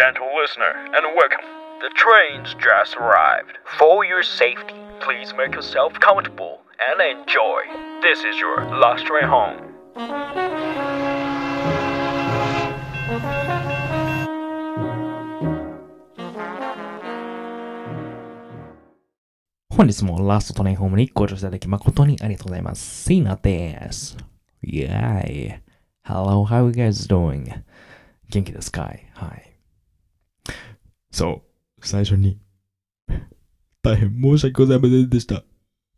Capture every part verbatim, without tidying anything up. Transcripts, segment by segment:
gentle listener, and welcome. The train's just arrived. For your safety, please make yourself comfortable and enjoy. This is your last train home. 本日もラストトレインホームにご乗車いただき誠にありがとうございます。シーナです。Yay! Hello, how you guys doing? 元気ですかい？はい。 そう、最初に大変申し訳ございませんでした。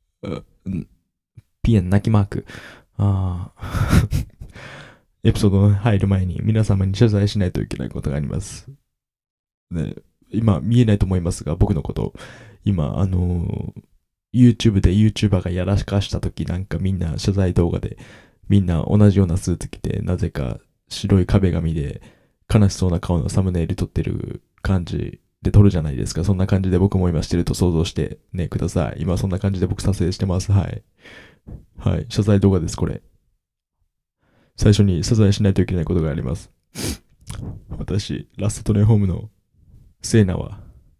ピエン泣きマーク。あエピソードに入る前に皆様に謝罪しないといけないことがあります。ね、今見えないと思いますが、僕のこと、今、あのー、YouTube で YouTuber がやらかしたときなんかみんな謝罪動画でみんな同じようなスーツ着て、なぜか白い壁紙で悲しそうな顔のサムネイル撮ってる感じで撮るじゃないですか。そんな感じで僕も今してると想像してねください。今そんな感じで僕撮影してます。はい。はい。謝罪動画です、これ。最初に謝罪しないといけないことがあります。私、ラストトレインホームのセイナは、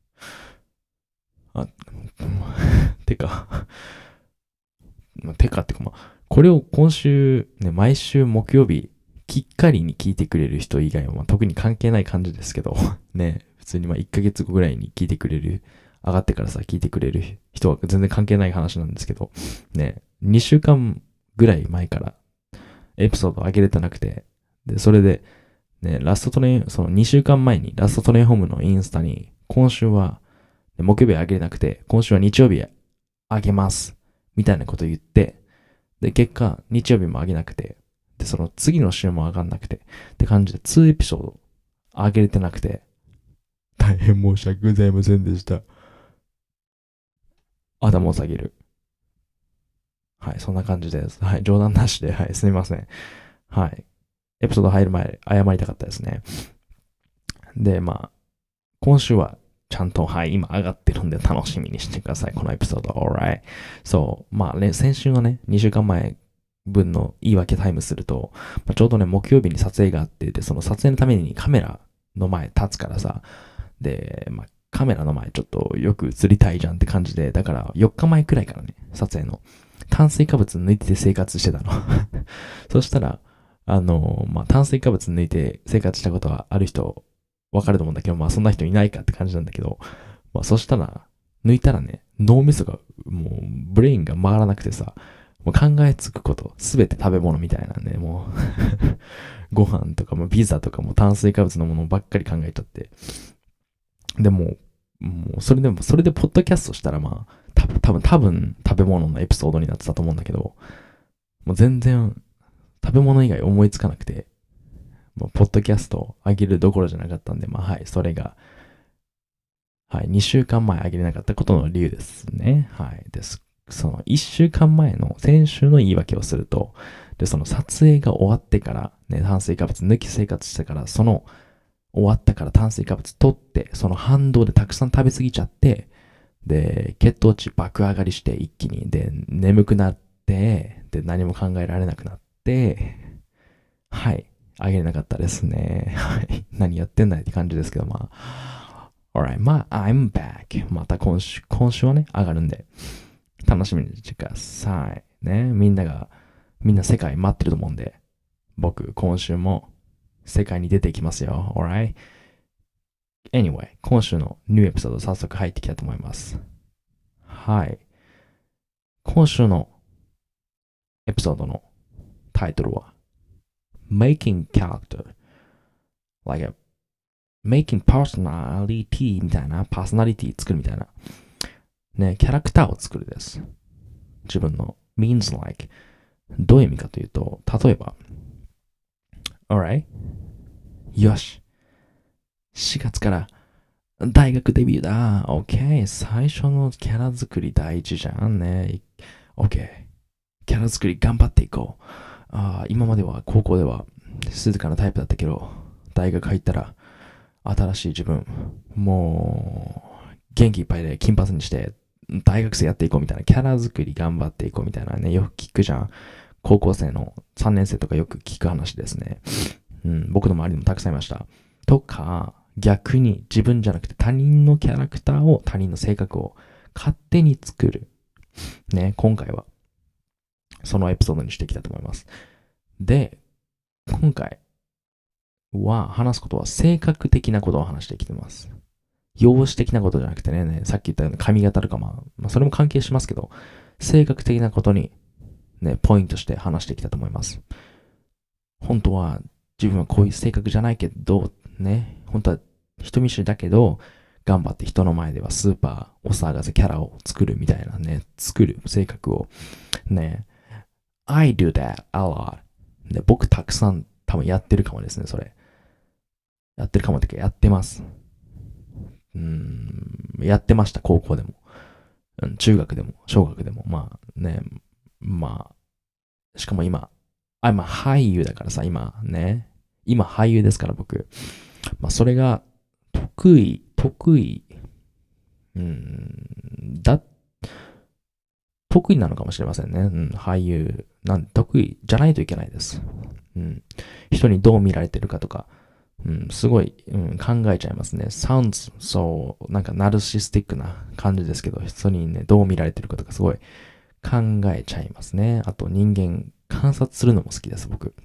あ、てか、てかってか、まあ、これを今週、ね、毎週木曜日、きっかりに聞いてくれる人以外は、まあ、特に関係ない感じですけど、ね、普通にまあいっかげつごぐらいに聞いてくれる、上がってからさ、聞いてくれる人は全然関係ない話なんですけど、ね、にしゅうかんぐらい前からエピソード上げれてなくて、で、それで、ね、ラストトレイン、そのにしゅうかんまえにラストトレインホームのインスタに、今週は、木曜日上げれなくて、今週は日曜日上げます。みたいなこと言って、で、結果、日曜日も上げなくて、で、その次の週も上がんなくて、って感じでにエピソード上げれてなくて、 大変申し訳ございませんでした。 頭を下げる。はい、そんな感じです。はい、冗談なしで、はい、すみません。はい。エピソード入る前、謝りたかったですね。で、まあ、今週は、ちゃんと、はい、今上がってるんで楽しみにしてください。このエピソード。alright。そう。まあ、ね、先週のね、にしゅうかんまえ分の言い訳タイムすると、まあ、ちょうどね、木曜日に撮影があって、で、その撮影のためにカメラの前立つからさ、で、まあ、カメラの前ちょっとよく映りたいじゃんって感じで、だからよっかまえくらいからね、撮影の炭水化物抜いて生活してたの。そしたら、あの、まあ、炭水化物抜いて生活したことはある人、わかると思うんだけど、まあそんな人いないかって感じなんだけど、まあそしたら、抜いたらね、脳みそが、もう、ブレインが回らなくてさ、もう考えつくこと、すべて食べ物みたいなんで、もう、ご飯とかもピザとかも炭水化物のものばっかり考えちゃって。でも、もう、それでも、それでポッドキャストしたらまあ、たぶん、多分、多分、食べ物のエピソードになってたと思うんだけど、もう全然、食べ物以外思いつかなくて、もうポッドキャストを上げるどころじゃなかったんで、まあはい、それが、はい、にしゅうかんまえ上げれなかったことの理由ですね。はい、です。そのいっしゅうかんまえの先週の言い訳をすると、で、その撮影が終わってから、ね、炭水化物抜き生活してから、その終わったから炭水化物取って、その反動でたくさん食べ過ぎちゃって、で、血糖値爆上がりして一気に、で、眠くなって、で、何も考えられなくなって、はい。あげれなかったですね。はい。何やってんだいって感じですけど、まあ。alright. まあ、I'm back. また今週、今週はね、上がるんで、楽しみにしてください。ね。みんなが、みんな世界待ってると思うんで、僕、今週も世界に出ていきますよ。alright. Anyway, 今週のニューエピソード早速入ってきたと思います。はい。今週のエピソードのタイトルは、making character like a making personality みたいな、パーソナリティ作るみたいなね、キャラクターを作るです。自分の means like どういう意味かというと、例えば alright よししがつから大学デビューだ OK 最初のキャラ作り大事じゃんね OK キャラ作り頑張っていこうあ今までは高校では静かなタイプだったけど、大学入ったら新しい自分、もう元気いっぱいで金髪にして大学生やっていこうみたいな、キャラ作り頑張っていこうみたいなね、よく聞くじゃん。高校生のさんねん生とかよく聞く話ですね。うん、僕の周りにもたくさんいました。とか、 逆に自分じゃなくて他人のキャラクターを、他人の性格を勝手に作る。ね、今回はそのエピソードにしていきたいと思います。で、今回は話すことは性格的なことを話してきてます。容姿的なことじゃなくてね、ねさっき言ったような髪型とか、まあ、まあ、それも関係しますけど、性格的なことにね、ポイントして話していきたいと思います。本当は自分はこういう性格じゃないけど、ね、本当は人見知りだけど、頑張って人の前ではスーパーお騒がせキャラを作るみたいなね、作る性格をね、I do that a lot。で、僕たくさん多分やってるかもですね、それ。やってるかもってか、やってます。うーん、やってました、高校でも。うん、中学でも、小学でも。まあね、まあ、しかも今、あ、今俳優だからさ、今ね。今俳優ですから僕。まあそれが得意、得意、うーん、だ、得意なのかもしれませんね。うん、俳優、なん、得意じゃないといけないです。うん。人にどう見られてるかとか、うん、すごい、うん、考えちゃいますね。sounds so なんかナルシスティックな感じですけど、人にね、どう見られてるかとかすごい考えちゃいますね。あと人間観察するのも好きです、僕。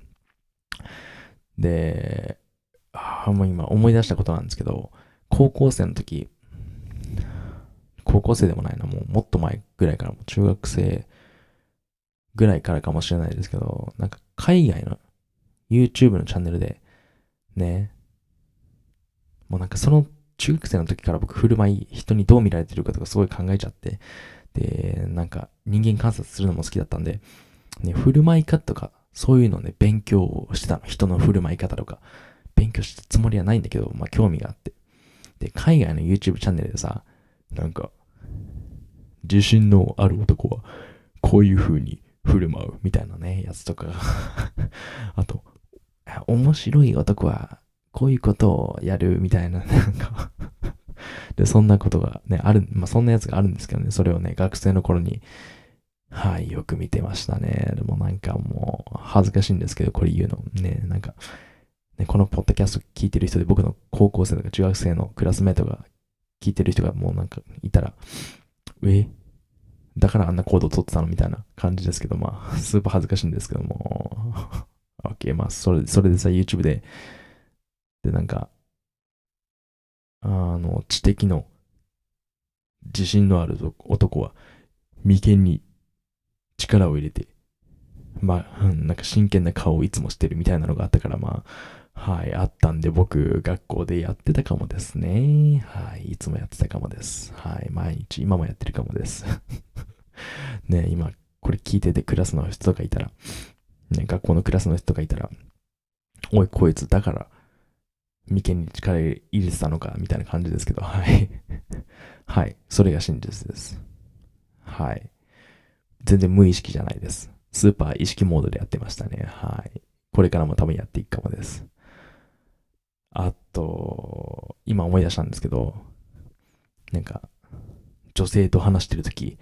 で、あもう今思い出したことなんですけど、高校生の時、高校生でもないな、もうもっと前ぐらいから、もう中学生ぐらいからかもしれないですけど、なんか海外の YouTube のチャンネルで、ね。もうなんかその中学生の時から僕振る舞い、人にどう見られてるかとかすごい考えちゃって、で、なんか人間観察するのも好きだったんで、ね、振る舞い方とか、そういうのね、勉強してたの。人の振る舞い方とか、勉強したつもりはないんだけど、まあ興味があって。で、海外の YouTube チャンネルでさ、なんか、自信のある男は、こういう風に振る舞うみたいなね、やつとかあと、面白い男はこういうことをやるみたいな、なんかで、そんなことがね、ある、まあ、そんなやつがあるんですけどね、それをね、学生の頃に、はい、よく見てましたね。でもなんかもう、恥ずかしいんですけど、これ言うの。ね、なんか、ね、このポッドキャスト聞いてる人で、僕の高校生とか中学生のクラスメートが聞いてる人がもうなんかいたら、えだからあんな行動取ってたのみたいな感じですけど、まあ、スーパー恥ずかしいんですけども、OK、まあ、それ、それでさ、YouTube で、で、なんか、あの、知的の自信のある男は、眉間に力を入れて、まあ、うん、なんか真剣な顔をいつもしてるみたいなのがあったから、まあ、はい、あったんで、僕、学校でやってたかもですね。はい、いつもやってたかもです。はい、毎日、今もやってるかもです。ね、今、これ聞いててクラスの人とかいたら、ね、学校のクラスの人とかいたら、おい、こいつ、だから、眉間に力入れてたのか、みたいな感じですけど、はい。はい。それが真実です。はい。全然無意識じゃないです。スーパー意識モードでやってましたね。はい。これからも多分やっていくかもです。あと、今思い出したんですけど、なんか、女性と話してるとき、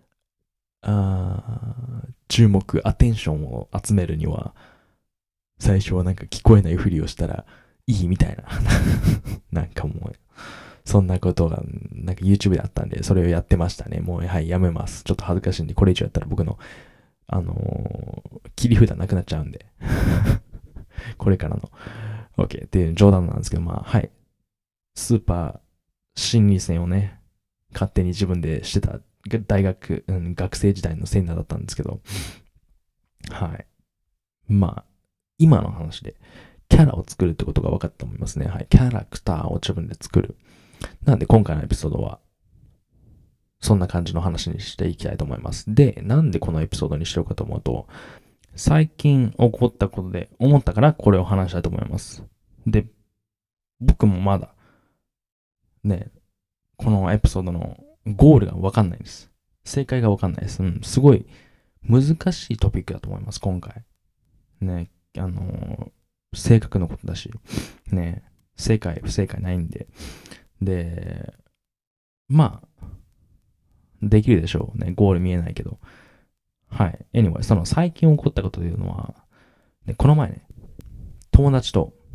あー注目、アテンションを集めるには、最初はなんか聞こえないふりをしたらいいみたいな。なんかもう、そんなことが、なんか YouTube であったんで、それをやってましたね。もう、はい、やめます。ちょっと恥ずかしいんで、これ以上やったら僕の、あのー、切り札なくなっちゃうんで。これからの。OK。で、冗談なんですけど、まあ、はい。スーパー心理戦をね、勝手に自分でしてた、大学、うん、学生時代のセミナーだったんですけど、はい。まあ、今の話で、キャラを作るってことが分かったと思いますね。はい。キャラクターを自分で作る。なんで今回のエピソードは、そんな感じの話にしていきたいと思います。で、なんでこのエピソードにしようかと思うと、最近起こったことで思ったからこれを話したいと思います。で、僕もまだ、ね、このエピソードのゴールが分かんないです。正解が分かんないです。うん、すごい難しいトピックだと思います、今回。ね、あのー、性格のことだし、ね、正解、不正解ないんで。で、まあ、できるでしょうね。ゴール見えないけど。はい。anyway、その最近起こったことというのは、ね、この前ね、友達と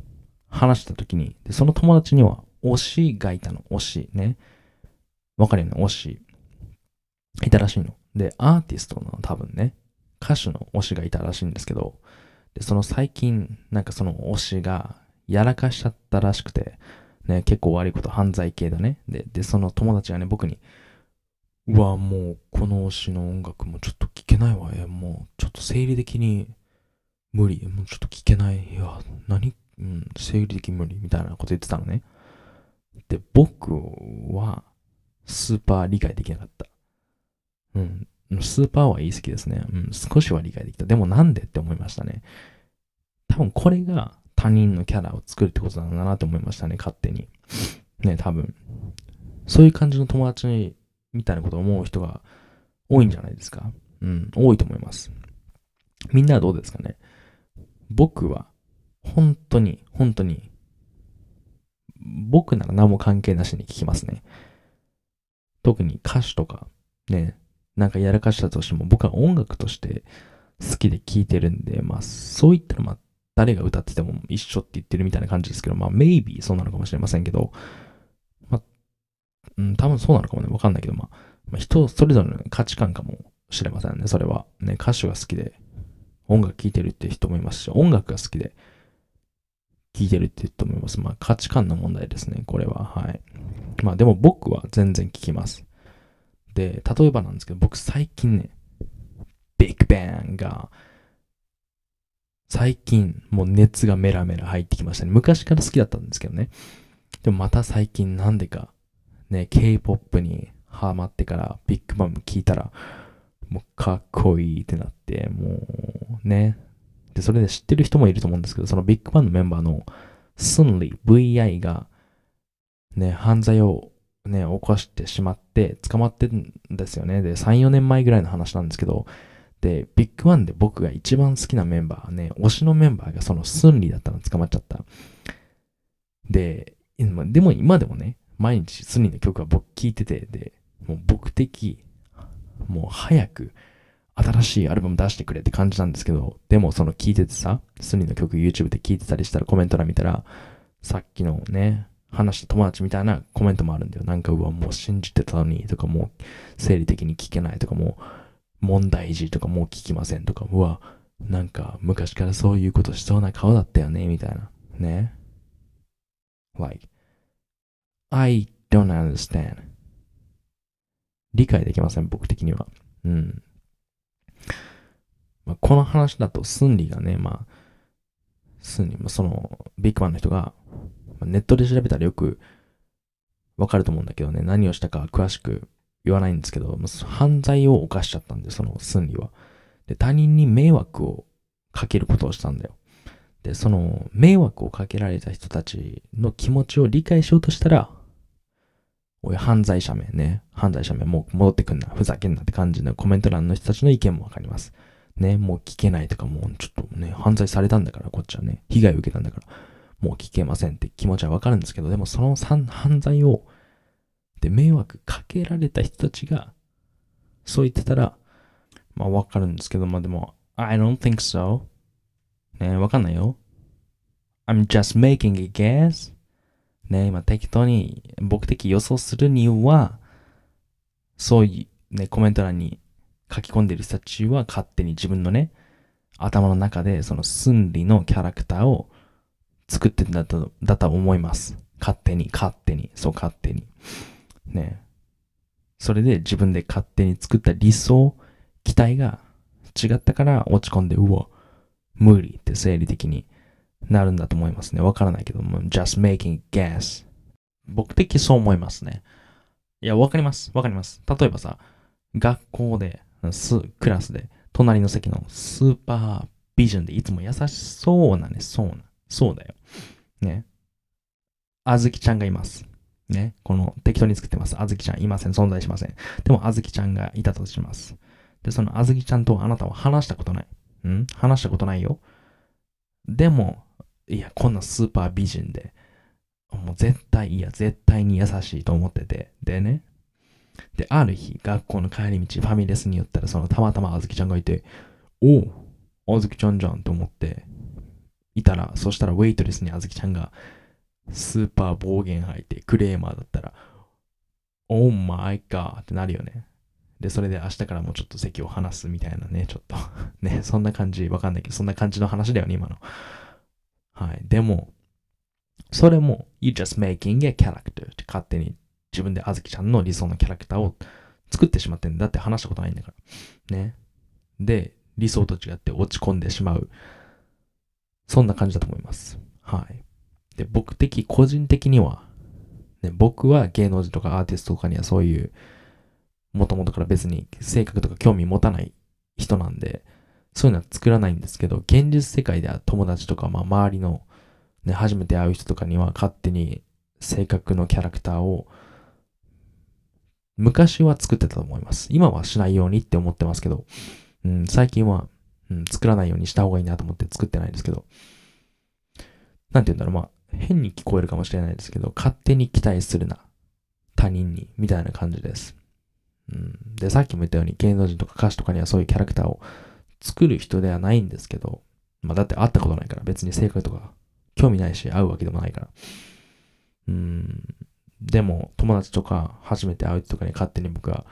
話した時に、で、その友達には推しがいたの。推しね。わかるよね、推し。いたらしいの。で、アーティストの多分ね、歌手の推しがいたらしいんですけど、で、その最近、なんかその推しがやらかしちゃったらしくて、ね、結構悪いこと、犯罪系だね。で、で、その友達がね、僕に、うわ、もう、この推しの音楽もちょっと聞けないわ。いや、もう、ちょっと生理的に無理。もうちょっと聞けない。いや、何うん、生理的に無理。みたいなこと言ってたのね。で、僕は、スーパー理解できなかった。うん。スーパーは言い過ぎですね。うん。少しは理解できた。でもなんでって思いましたね。多分これが他人のキャラを作るってことなんだなって思いましたね。勝手に。ね、多分。そういう感じの友達みたいなことを思う人が多いんじゃないですか。うん。多いと思います。みんなはどうですかね。僕は、本当に、本当に、僕なら何も関係なしに聞きますね。特に歌手とか、ね、なんかやらかしたとしても、僕は音楽として好きで聴いてるんで、まあ、そういったら、まあ、誰が歌ってても一緒って言ってるみたいな感じですけど、まあ、maybe そうなのかもしれませんけど、まあ、うん、多分そうなのかもね、わかんないけど、まあ、まあ、人それぞれの価値観かもしれませんね、それは。ね、歌手が好きで、音楽聴いてるって人もいますし、音楽が好きで聴いてるって人もいます。まあ、価値観の問題ですね、これは。はい。まあ、でも僕は全然聴きます。で、例えばなんですけど、僕最近ね、ビッグバンが、最近もう熱がメラメラ入ってきましたね。昔から好きだったんですけどね。でもまた最近なんでか、ね、K-ポップ にハマってからビッグバン聞いたら、もうかっこいいってなって、もうね。で、それで知ってる人もいると思うんですけど、そのビッグバンのメンバーのスンリ ブイアイ が、ね、犯罪をね、起こしてしまって捕まってるんですよね。で、さん、よねんまえぐらいの話なんですけど、で、ビッグワンで僕が一番好きなメンバーね、推しのメンバーがそのスンリだったの捕まっちゃった。で、でも今でもね、毎日スンリの曲は僕聴いてて、で、もう僕的、もう早く新しいアルバム出してくれって感じなんですけど、でもその聴いててさ、スンリの曲 YouTube で聴いてたりしたらコメント欄見たら、さっきのね、話した友達みたいなコメントもあるんだよ。なんか、うわ、もう信じてたのにとか、もう生理的に聞けないとか、もう問題児とかもう聞きませんとか、うわ、なんか昔からそういうことしそうな顔だったよね、みたいな。ね。Like, I don't understand. 理解できません、僕的には。うん。まあ、この話だと、スンリがね、まあ、スンリ、その、ビッグマンの人が、ネットで調べたらよくわかると思うんだけどね、何をしたか詳しく言わないんですけど、犯罪を犯しちゃったんで、そのスンリは。で、他人に迷惑をかけることをしたんだよ。で、その迷惑をかけられた人たちの気持ちを理解しようとしたら、おい、犯罪者名ね、犯罪者名もう戻ってくんな、ふざけんなって感じのコメント欄の人たちの意見もわかります。ね、もう聞けないとか、もうちょっとね、犯罪されたんだから、こっちはね、被害を受けたんだから。もう聞けませんって気持ちはわかるんですけど、でもその犯罪を、で、迷惑かけられた人たちが、そう言ってたら、まあわかるんですけど、まあでも、I don't think so. ね、わかんないよ。I'm just making a guess. ね、今適当に僕的予想するには、そういうね、コメント欄に書き込んでる人たちは勝手に自分のね、頭の中でそのスンリのキャラクターを作ってんだと、だと思います。勝手に、勝手に、そう勝手に。ね。それで自分で勝手に作った理想、期待が違ったから落ち込んで、うわ、無理って生理的になるんだと思いますね。わからないけども、just making guess。僕的そう思いますね。いや、わかります。わかります。例えばさ、学校で、クラスで、隣の席のスーパービジョンでいつも優しそうなね、そうな。そうだよ。ね。あずきちゃんがいます。ね。この適当に作ってます。あずきちゃんいません。存在しません。でもあずきちゃんがいたとします。で、そのあずきちゃんとあなたは話したことない。ん話したことないよ。でも、いや、こんなスーパー美人で、もう絶対、いや、絶対に優しいと思ってて。でね。で、ある日、学校の帰り道、ファミレスに寄ったら、そのたまたまあずきちゃんがいて、おう、あずきちゃんじゃんと思って、 いたら、そしたらウェイトレスにあずきちゃんがスーパー暴言吐いてクレーマーだったら、Oh my god ってなるよね。で、それで明日からもうちょっと席を離すみたいなね、ちょっとね、そんな感じ、わかんないけど、そんな感じの話だよね、今の。はい。でも、それも、you just making a character って勝手に自分であずきちゃんの理想のキャラクターを作ってしまってんだって話したことないんだから。ね。で、理想と違って落ち込んでしまう。そんな感じだと思います。はい。で、僕的、個人的には、ね、僕は芸能人とかアーティストとかにはそういう、もともとから別に性格とか興味持たない人なんで、そういうのは作らないんですけど、現実世界では友達とか、まあ周りの、ね、初めて会う人とかには勝手に性格のキャラクターを昔は作ってたと思います。今はしないようにって思ってますけど、うん、最近は、うん、作らないようにした方がいいなと思って作ってないですけど、なんて言うんだろう、まあ、変に聞こえるかもしれないですけど、勝手に期待するな。他人に、みたいな感じです。うん、で、さっきも言ったように芸能人とか歌手とかにはそういうキャラクターを作る人ではないんですけど、まあだって会ったことないから別に性格とか興味ないし会うわけでもないから。うん、でも友達とか初めて会う人とかに勝手に僕は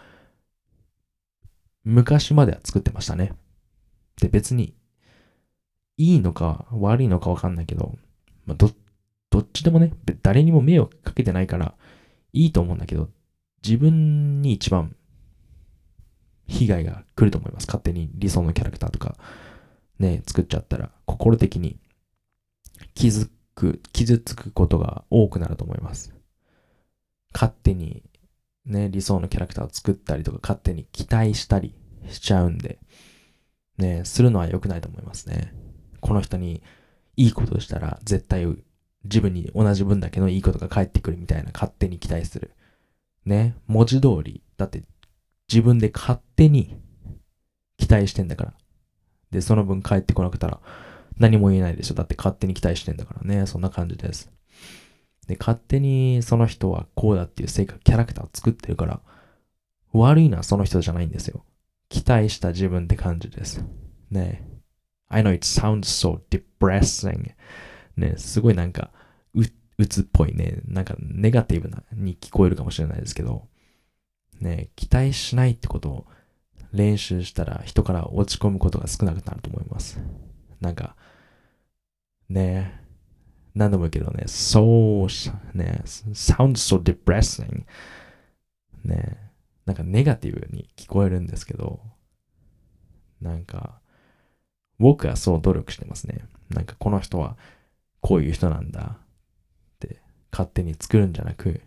昔までは作ってましたね。で、別にいいのか悪いのかわかんないけど、まあ、ど、どっちでもね、誰にも迷惑かけてないからいいと思うんだけど、自分に一番被害が来ると思います。勝手に理想のキャラクターとかね、作っちゃったら心的に傷く、傷つくことが多くなると思います。勝手にね、理想のキャラクターを作ったりとか勝手に期待したりしちゃうんで、ね、するのは良くないと思いますね。この人にいいことをしたら絶対自分に同じ分だけのいいことが返ってくるみたいな勝手に期待する。ね、文字通り、だって自分で勝手に期待してんだから。で、その分返ってこなくたら何も言えないでしょ。だって勝手に期待してんだからね。そんな感じです。で、勝手にその人はこうだっていう性格、キャラクターを作ってるから、悪いのはその人じゃないんですよ。期待した自分って感じです。ね。I know it sounds so depressing. ね、すごいなんか、う、うつっぽいね。なんかネガティブなに聞こえるかもしれないですけど、ね、期待しないってことを練習したら人から落ち込むことが少なくなると思います。なんか、ね、何度も言うけどね、so, ね、sounds so depressing. ね、なんかネガティブに聞こえるんですけど、なんか、僕はそう努力してますね。なんかこの人はこういう人なんだって勝手に作るんじゃなく、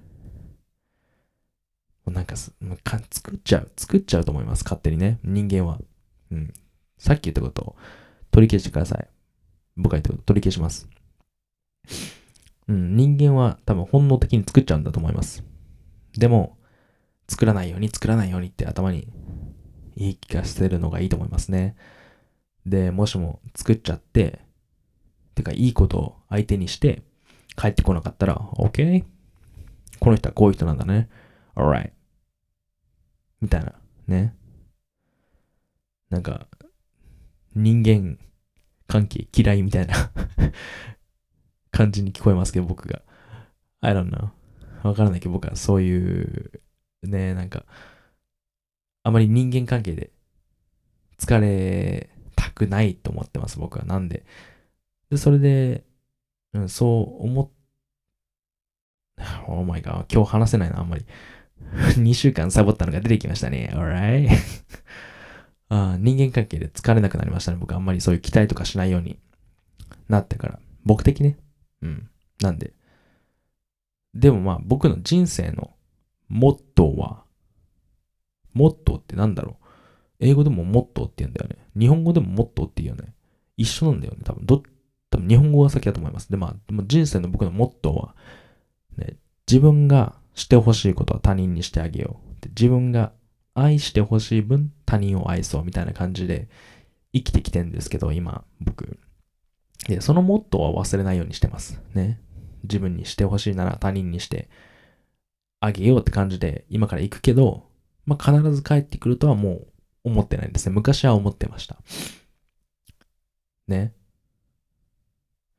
なんかか作っちゃう。作っちゃうと思います。勝手にね。人間は。うん。さっき言ったことを取り消してください。僕が言ったこと取り消します。うん。人間は多分本能的に作っちゃうんだと思います。でも、作らないように作らないようにって頭に言い聞かせるのがいいと思いますね。で、もしも作っちゃって、てかいいことを相手にして帰ってこなかったら、OK? この人はこういう人なんだね。alright. みたいな。ね。なんか、人間関係嫌いみたいな感じに聞こえますけど、僕が。I don't know. わからないけど、僕はそういう、ね、なんか、あまり人間関係で疲れたくないと思ってます、僕は。なんで。で、それで、うん、そう思っ、Oh my god. 今日話せないな、あんまり。にしゅうかんサボったのが出てきましたね。alright. あ人間関係で疲れなくなりましたね。僕あんまりそういう期待とかしないようになってから。僕的ね。うん。なんで。でもまあ僕の人生のモットーは、モットーってなんだろう。英語でもモットーって言うんだよね。日本語でもモットーって言うよね。一緒なんだよね。多分ど、多分日本語が先だと思います。でまあ、でも人生の僕のモットーは、ね、自分がしてほしいことは他人にしてあげよう。で自分が愛してほしい分他人を愛そうみたいな感じで生きてきてるんですけど、今僕。で、そのモットーは忘れないようにしてます。ね。自分にしてほしいなら他人にしてあげようって感じで今から行くけど、まあ、必ず帰ってくるとはもう思ってないですね。昔は思ってました。ね。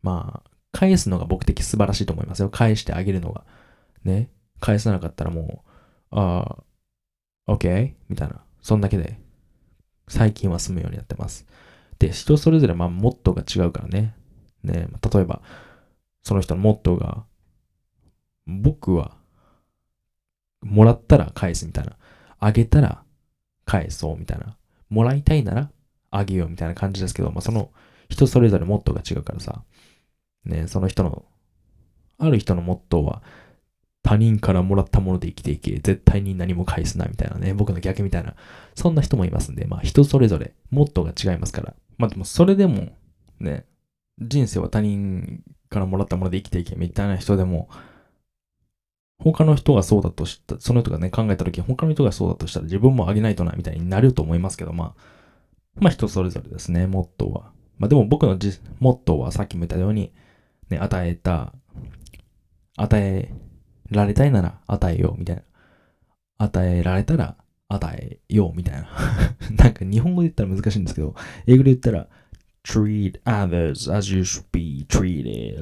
まあ、返すのが僕的素晴らしいと思いますよ。返してあげるのが。ね。返さなかったらもう、ああ、OK? みたいな。そんだけで、最近は済むようになってます。で、人それぞれ、まあ、モットーが違うからね。ね。例えば、その人のモットーが、僕は、もらったら返すみたいな。あげたら返そうみたいな。もらいたいならあげようみたいな感じですけど、まあ、その人それぞれモットーが違うからさ。ね、その人の、ある人のモットーは、他人からもらったもので生きていけ、絶対に何も返すなみたいなね、僕の逆みたいな、そんな人もいますんで、まあ人それぞれモットーが違いますから。まあでもそれでも、ね、人生は他人からもらったもので生きていけみたいな人でも、他の人がそうだとした、その人がね、考えたとき、他の人がそうだとしたら自分もあげないとな、みたいになると思いますけど、まあ、まあ人それぞれですね、モットーは。まあでも僕のじモットーはさっきも言ったように、ね、与えた、与えられたいなら与えよう、みたいな。与えられたら与えよう、みたいな。なんか日本語で言ったら難しいんですけど、英語で言ったら、treat others as you should be treated,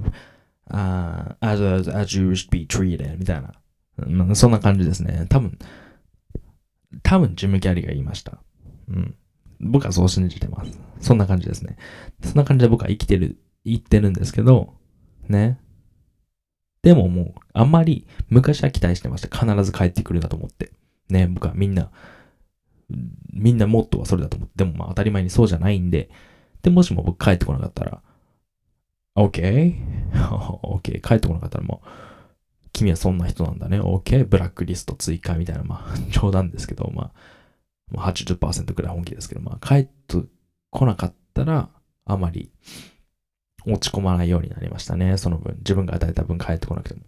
love,Uh, as, as you should be treated みたいな、うん。そんな感じですね。多分、多分ジム・キャリーが言いました。うん。僕はそう信じてます。そんな感じですね。そんな感じで僕は生きてる、言ってるんですけど、ね。でももう、あんまり昔は期待してました。必ず帰ってくるなと思って。ね。僕はみんな、みんなモットーはそれだと思って。でもまあ当たり前にそうじゃないんで、で、もしも僕帰ってこなかったら、OK? OK. 帰ってこなかったらもう、君はそんな人なんだね。OK? ブラックリスト追加みたいな、まあ、冗談ですけど、まあ、はちじゅっパーセント くらい本気ですけど、まあ、帰ってこなかったら、あまり落ち込まないようになりましたね。その分、自分が与えた分帰ってこなくても。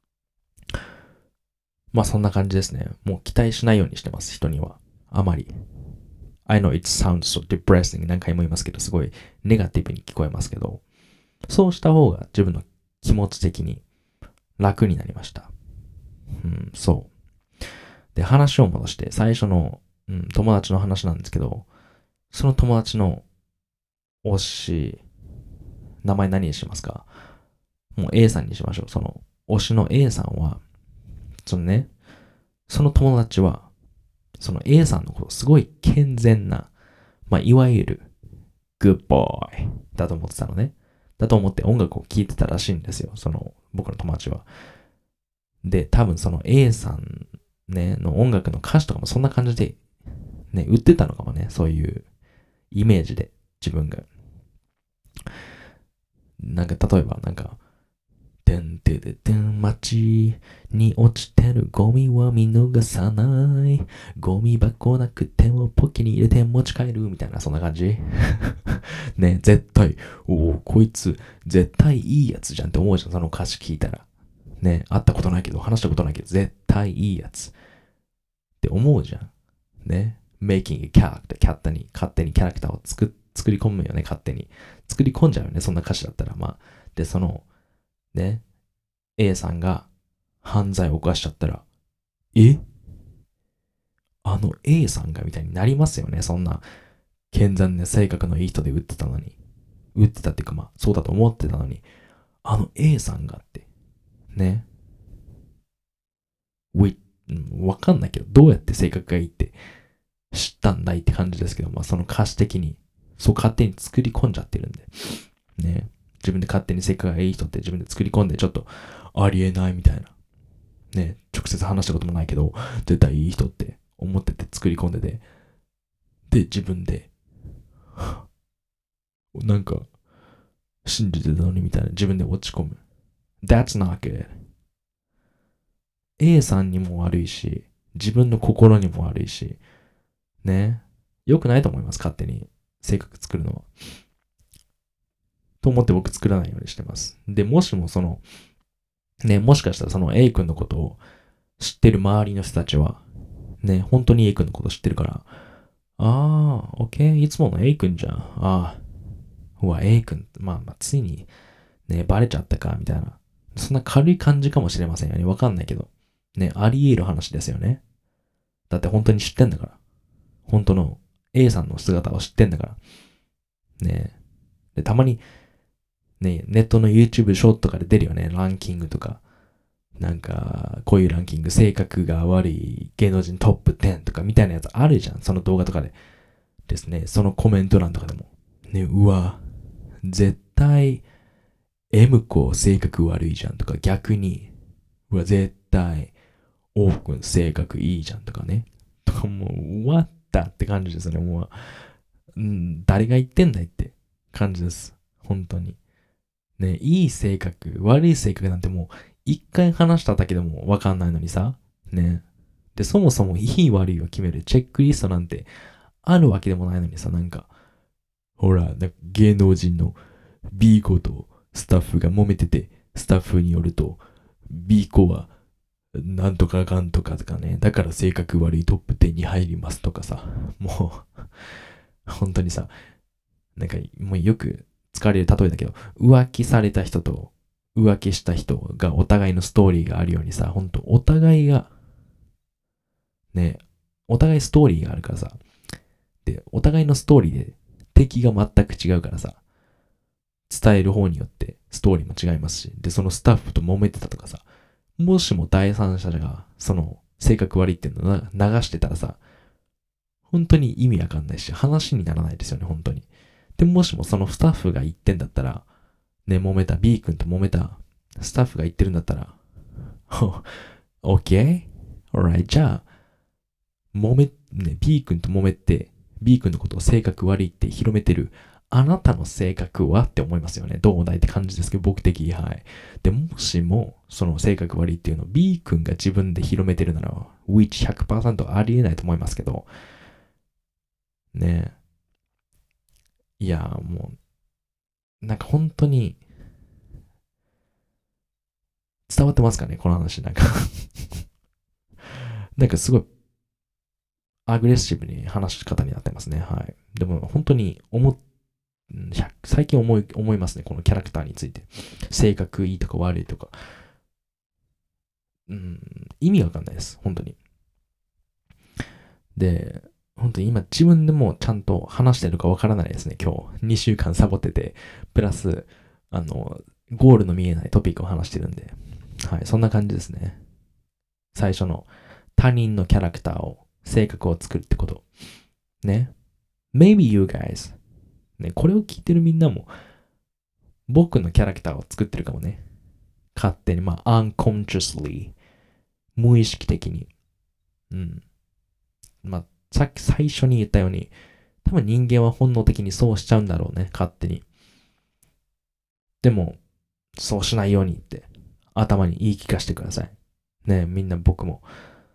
まあ、そんな感じですね。もう期待しないようにしてます、人には。あまり。I know it sounds so depressing 何回も言いますけど、すごいネガティブに聞こえますけど、そうした方が自分の気持ち的に楽になりました。うん、そう。で、話を戻して、最初の、うん、友達の話なんですけど、その友達の推し、名前何にしますか？もう A さんにしましょう。その推しの A さんは、そのね、その友達は、その A さんのことすごい健全な、まあ、いわゆる good boy だと思ってたのね。だと思って音楽を聴いてたらしいんですよ。その僕の友達は。で、多分その A さんね、の音楽の歌詞とかもそんな感じで、ね、売ってたのかもね。そういうイメージで自分が。なんか例えばなんか、てんてでてん街に落ちてるゴミは見逃さない。ゴミ箱なくてもポッケに入れて持ち帰るみたいな、そんな感じね、絶対、おお、こいつ絶対いいやつじゃんって思うじゃん、その歌詞聞いたら。ね、会ったことないけど、話したことないけど、絶対いいやつって思うじゃん。ね、making a character、勝手に、勝手にキャラクターを作、作り込むよね、勝手に。作り込んじゃうよね、そんな歌詞だったら。まあ、で、その、ね、A さんが犯罪を犯しちゃったら、えあの A さんがみたいになりますよね。そんな健全な性格のいい人で撃ってたのに。撃ってたっていうかまあ、そうだと思ってたのに、あの A さんがって、ね。ウィわかんないけど、どうやって性格がいいって知ったんだいって感じですけど、まあその歌詞的に、そう勝手に作り込んじゃってるんで、ね。自分で勝手に性格がいい人って自分で作り込んでちょっとありえないみたいな。ね、直接話したこともないけど、絶対いい人って思ってて作り込んでて、で、自分で、なんか、信じてたのにみたいな自分で落ち込む。That's not good. A さんにも悪いし、自分の心にも悪いし、ね。良くないと思います、勝手に性格作るのは。と思って僕作らないようにしてます。で、もしもその、ね、もしかしたらその A 君のことを知ってる周りの人たちは、ね、本当に A 君のこと知ってるから、あー、OK、いつもの A 君じゃん。あー、うわ、A 君、まあまあ、ついに、ね、バレちゃったか、みたいな。そんな軽い感じかもしれませんよね。わかんないけど。ね、あり得る話ですよね。だって本当に知ってんだから。本当の A さんの姿を知ってんだから。ね。で、たまに、 ね、ネットの YouTube ショートとかで出るよね。ランキングとか。なんか、こういうランキング、性格が悪い芸能人トップじゅうとかみたいなやつあるじゃん。その動画とかで。ですね。そのコメント欄とかでも。ね、うわ、絶対、M 子性格悪いじゃんとか、逆に、うわ、絶対、O 君性格いいじゃんとかね。とかもう、終わったって感じですね。もう、うん、誰が言ってんだいって感じです。本当に。ね、いい性格、悪い性格なんてもう、一回話しただけでもわかんないのにさ。ね。で、そもそもいい悪いを決めるチェックリストなんてあるわけでもないのにさ、なんか、ほら、なんか芸能人の B 子とスタッフが揉めてて、スタッフによると、B 子は、なんとかかんとかとかね、だから性格悪いトップじゅうに入りますとかさ、もう、本当にさ、なんか、もうよく使われる例えだけど、浮気された人と浮気した人がお互いのストーリーがあるようにさ、本当お互いが、ね、お互いストーリーがあるからさ、で、お互いのストーリーで敵が全く違うからさ、伝える方によってストーリーも違いますし、で、そのスタッフと揉めてたとかさ、もしも第三者がその性格悪いっていうのを流してたらさ、本当に意味わかんないし、話にならないですよね、本当に。で、もしもそのスタッフが言ってんだったら、ね、揉めた B 君と揉めたスタッフが言ってるんだったら、OK? Alright, じゃあ、揉め、ね、B 君と揉めて、B 君のことを性格悪いって広めてる、あなたの性格はって思いますよね。どうだいって感じですけど、僕的、はい。で、もしも、その性格悪いっていうのを B 君が自分で広めてるなら、which ひゃくパーセント ありえないと思いますけど、ねえ。いや、もう、なんか本当に、伝わってますかねこの話。なんかなんかすごい、アグレッシブに話し方になってますね。はい。でも本当に思っ、最近思い、思いますね。このキャラクターについて。性格いいとか悪いとか。うん、意味わかんないです。本当に。で、本当に今自分でもちゃんと話してるかわからないですね。今日にしゅうかんサボってて、プラス、あの、ゴールの見えないトピックを話してるんで。はい、そんな感じですね。最初の他人のキャラクターを、性格を作るってこと。ね。Maybe you guys. ね、これを聞いてるみんなも、僕のキャラクターを作ってるかもね。勝手に、まあ、unconsciously。無意識的に。うん。まあ、さっき最初に言ったように、多分人間は本能的にそうしちゃうんだろうね。勝手に。でも、そうしないようにって、頭に言い聞かせてください。ね、みんな僕も。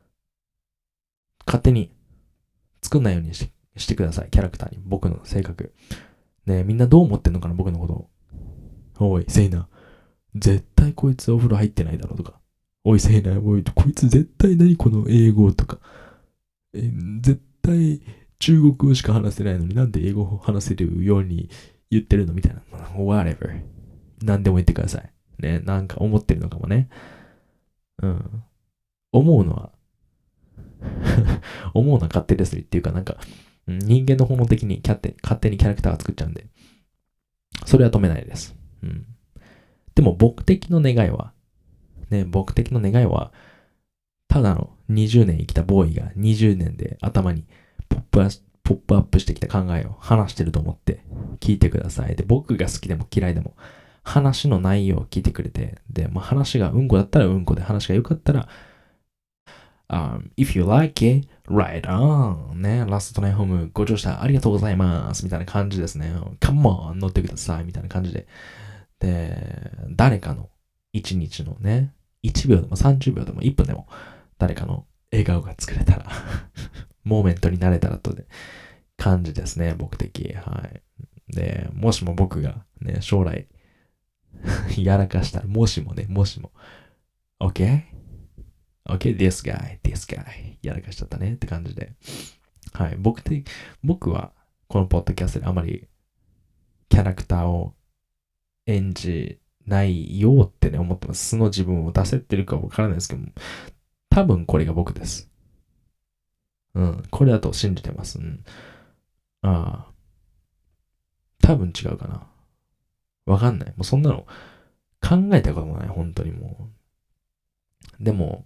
勝手に作んないようにししてください。キャラクターに。僕の性格。ねみんなどう思ってんのかな僕のことを。おい、せいな。絶対こいつお風呂入ってないだろうとか。おい、せいな。おい、こいつ絶対何この英語とか。え絶対中国語しか話せないのになんで英語を話せるように言ってるのみたいな。whatever。何でも言ってください。ね、なんか思ってるのかもね。うん。思うのは思うのは勝手ですっていうかなんか、人間の本能的に勝手勝手にキャラクターを作っちゃうんで、それは止めないです。うん。でも僕的の願いは、ね、僕的の願いは、ただのにじゅうねん生きたボーイがにじゅうねんで頭にポップアポップアップしてきた考えを話してると思って聞いてください。で、僕が好きでも嫌いでも話の内容を聞いてくれて、で、まあ、話がうんこだったらうんこで、話が良かったら、um, if you like it, right on! ね、ラストナイホームご乗車ありがとうございますみたいな感じですね。Come on! 乗ってくださいみたいな感じで。で、誰かの一日のね、いちびょうでもさんじゅうびょうでもいっぷんでも誰かの笑顔が作れたらモーメントになれたらとで感じですね、僕的。はい。で、もしも僕がね、将来やらかしたら、もしもね、もしも、OK? OK, this guy, this guy やらかしちゃったねって感じで。はい。僕的、僕はこのポッドキャストであまりキャラクターを演じないよってね、思ってます。素の自分を出せてるかわからないですけども、多分これが僕です。うん。これだと信じてます。うん。ああ。多分違うかな。 わかんない。もうそんなの考えたこともない、本当にもう。でも、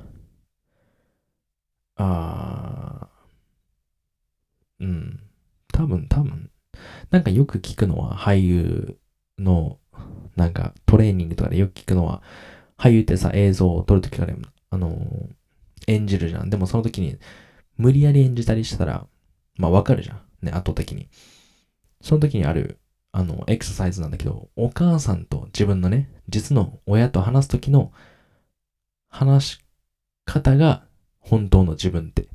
あー、うん。多分、多分、なんかよく聞くのは俳優の、なんかトレーニングとかでよく聞くのは、俳優ってさ、映像を撮るときから、あのー、演じるじゃん。でもその時に、無理やり演じたりしたら、まあわかるじゃん。ね、圧倒的に。その時にある、あの、エクササイズなんだけど、お母さんと自分のね、実の親と話す時の話し方が本当の自分って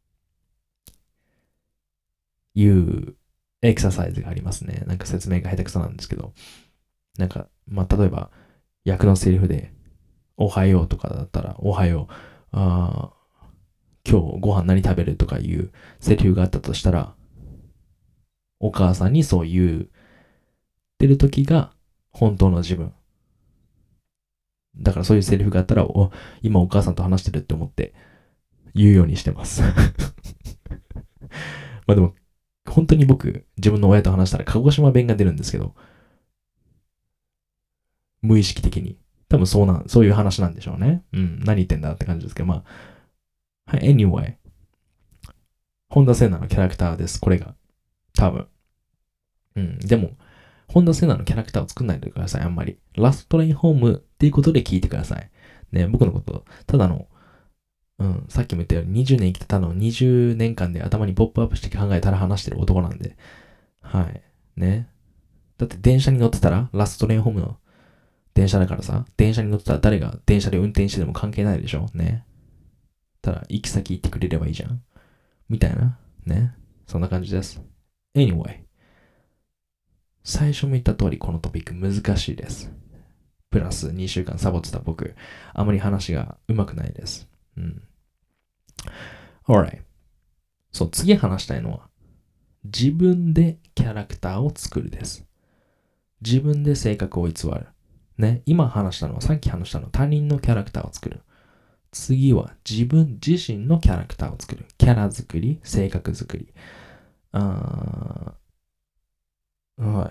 いうエクササイズがありますね。なんか説明が下手くそなんですけど、なんか、まあ、例えば、役のセリフで、おはようとかだったら、おはよう、あ今日ご飯何食べるとかいうセリフがあったとしたら、お母さんにそう言ってる時が本当の自分。だからそういうセリフがあったら、お、今お母さんと話してるって思って言うようにしてます。まあでも、本当に僕、自分の親と話したら鹿児島弁が出るんですけど、無意識的に。多分そうなん、そういう話なんでしょうね。うん、何言ってんだって感じですけど、まあ。はい、anyway。本田聖奈のキャラクターです、これが。多分。うん、でも、本田聖奈のキャラクターを作んないでください、あんまり。ラストトレインホームっていうことで聞いてください。ね、僕のこと、ただの、うん、さっきも言ったようににじゅうねん生きてたのをにじゅうねんかんで頭にポップアップして考えたら話してる男なんで。はい。ね。だって電車に乗ってたら、ラストトレインホームの電車だからさ、電車に乗ってたら誰が電車で運転してても関係ないでしょね。ただ、行き先行ってくれればいいじゃん。みたいな。ね。そんな感じです。Anyway。最初も言った通りこのトピック難しいです。プラスにしゅうかんサボってた僕、あまり話が上手くないです。うん。Alright。そう、次話したいのは、自分でキャラクターを作るです。自分で性格を偽る。ね、今話したのは、さっき話したのは他人のキャラクターを作る。次は自分自身のキャラクターを作る。キャラ作り、性格作り。あー、はい。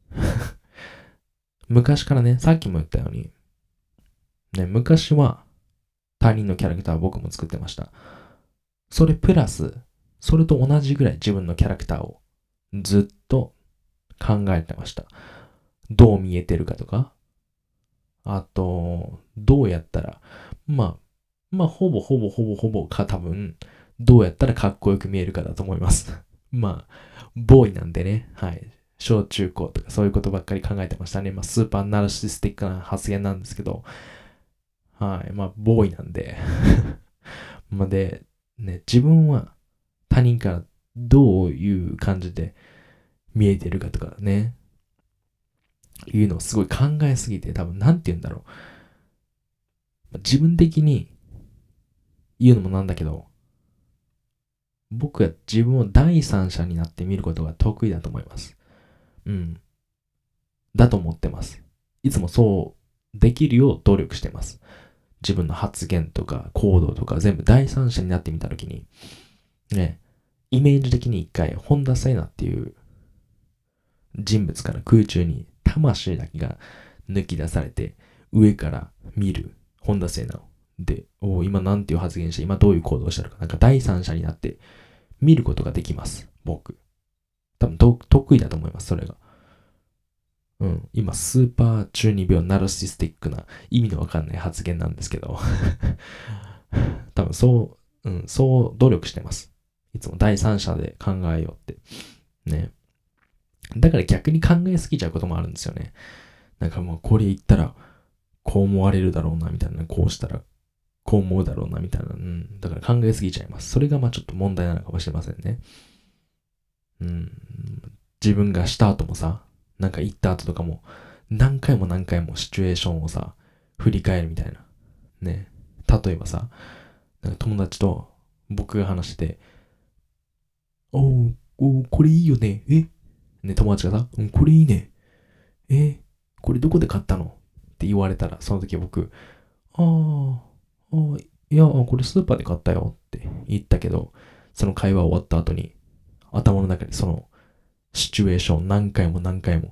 昔からね、さっきも言ったように、ね、昔は他人のキャラクターを僕も作ってました。それプラス、それと同じぐらい自分のキャラクターをずっと考えてました。どう見えてるかとか、あと、どうやったら、まあ、まあ、ほぼほぼほぼほぼか多分、どうやったらかっこよく見えるかだと思います。まあ、ボーイなんでね、はい。小中高とかそういうことばっかり考えてましたね。まあ、スーパーナルシスティックな発言なんですけど、はい。まあ、ボーイなんで。まあ、で、ね、自分は他人からどういう感じで見えてるかとかね、いうのをすごい考えすぎて、多分なんて言うんだろう。自分的に言うのもなんだけど、僕は自分を第三者になって見ることが得意だと思います。うん。だと思ってます。いつもそうできるよう努力してます。自分の発言とか行動とか全部第三者になってみたときに、ね、イメージ的に一回、本田聖奈っていう人物から空中に魂だけが抜き出されて、上から見る本田聖奈を。で、お今なんていう発言して、今どういう行動をしたのか、なんか第三者になって見ることができます。僕。多分と得意だと思います、それが。うん。今、スーパー中二病ナルシスティックな意味のわかんない発言なんですけど。多分そう、うん、そう努力してます。いつも第三者で考えようって。ね。だから逆に考えすぎちゃうこともあるんですよね。なんかもうこれ言ったら、こう思われるだろうな、みたいな。こうしたら、こう思うだろうな、みたいな。うん。だから考えすぎちゃいます。それがまあちょっと問題なのかもしれませんね。うん。自分がした後もさ、なんか言った後とかも、何回も何回もシチュエーションをさ、振り返るみたいな。ね。例えばさ、なんか友達と僕が話してて、おー、おーこれいいよね。えね、友達がさ、うん、これいいね。えこれどこで買ったのって言われたら、その時僕、あー、あーいや、これスーパーで買ったよって言ったけど、その会話終わった後に、頭の中でそのシチュエーション何回も何回も、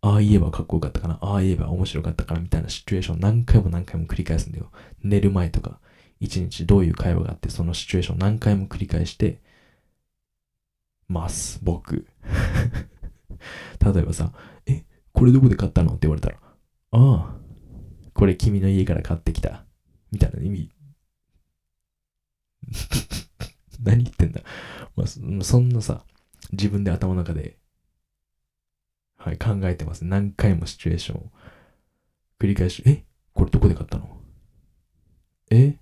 ああ言えばかっこよかったかな、ああ言えば面白かったかなみたいなシチュエーションを何回も何回も繰り返すんだよ。寝る前とか、一日どういう会話があって、そのシチュエーションを何回も繰り返してます、僕。例えばさ、え、これどこで買ったのって言われたら、ああ、これ君の家から買ってきた。みたいな意味。何言ってんだ。まあ、そんなさ、自分で頭の中で、はい、考えてます。何回もシチュエーションを繰り返し、え、これどこで買ったの？え、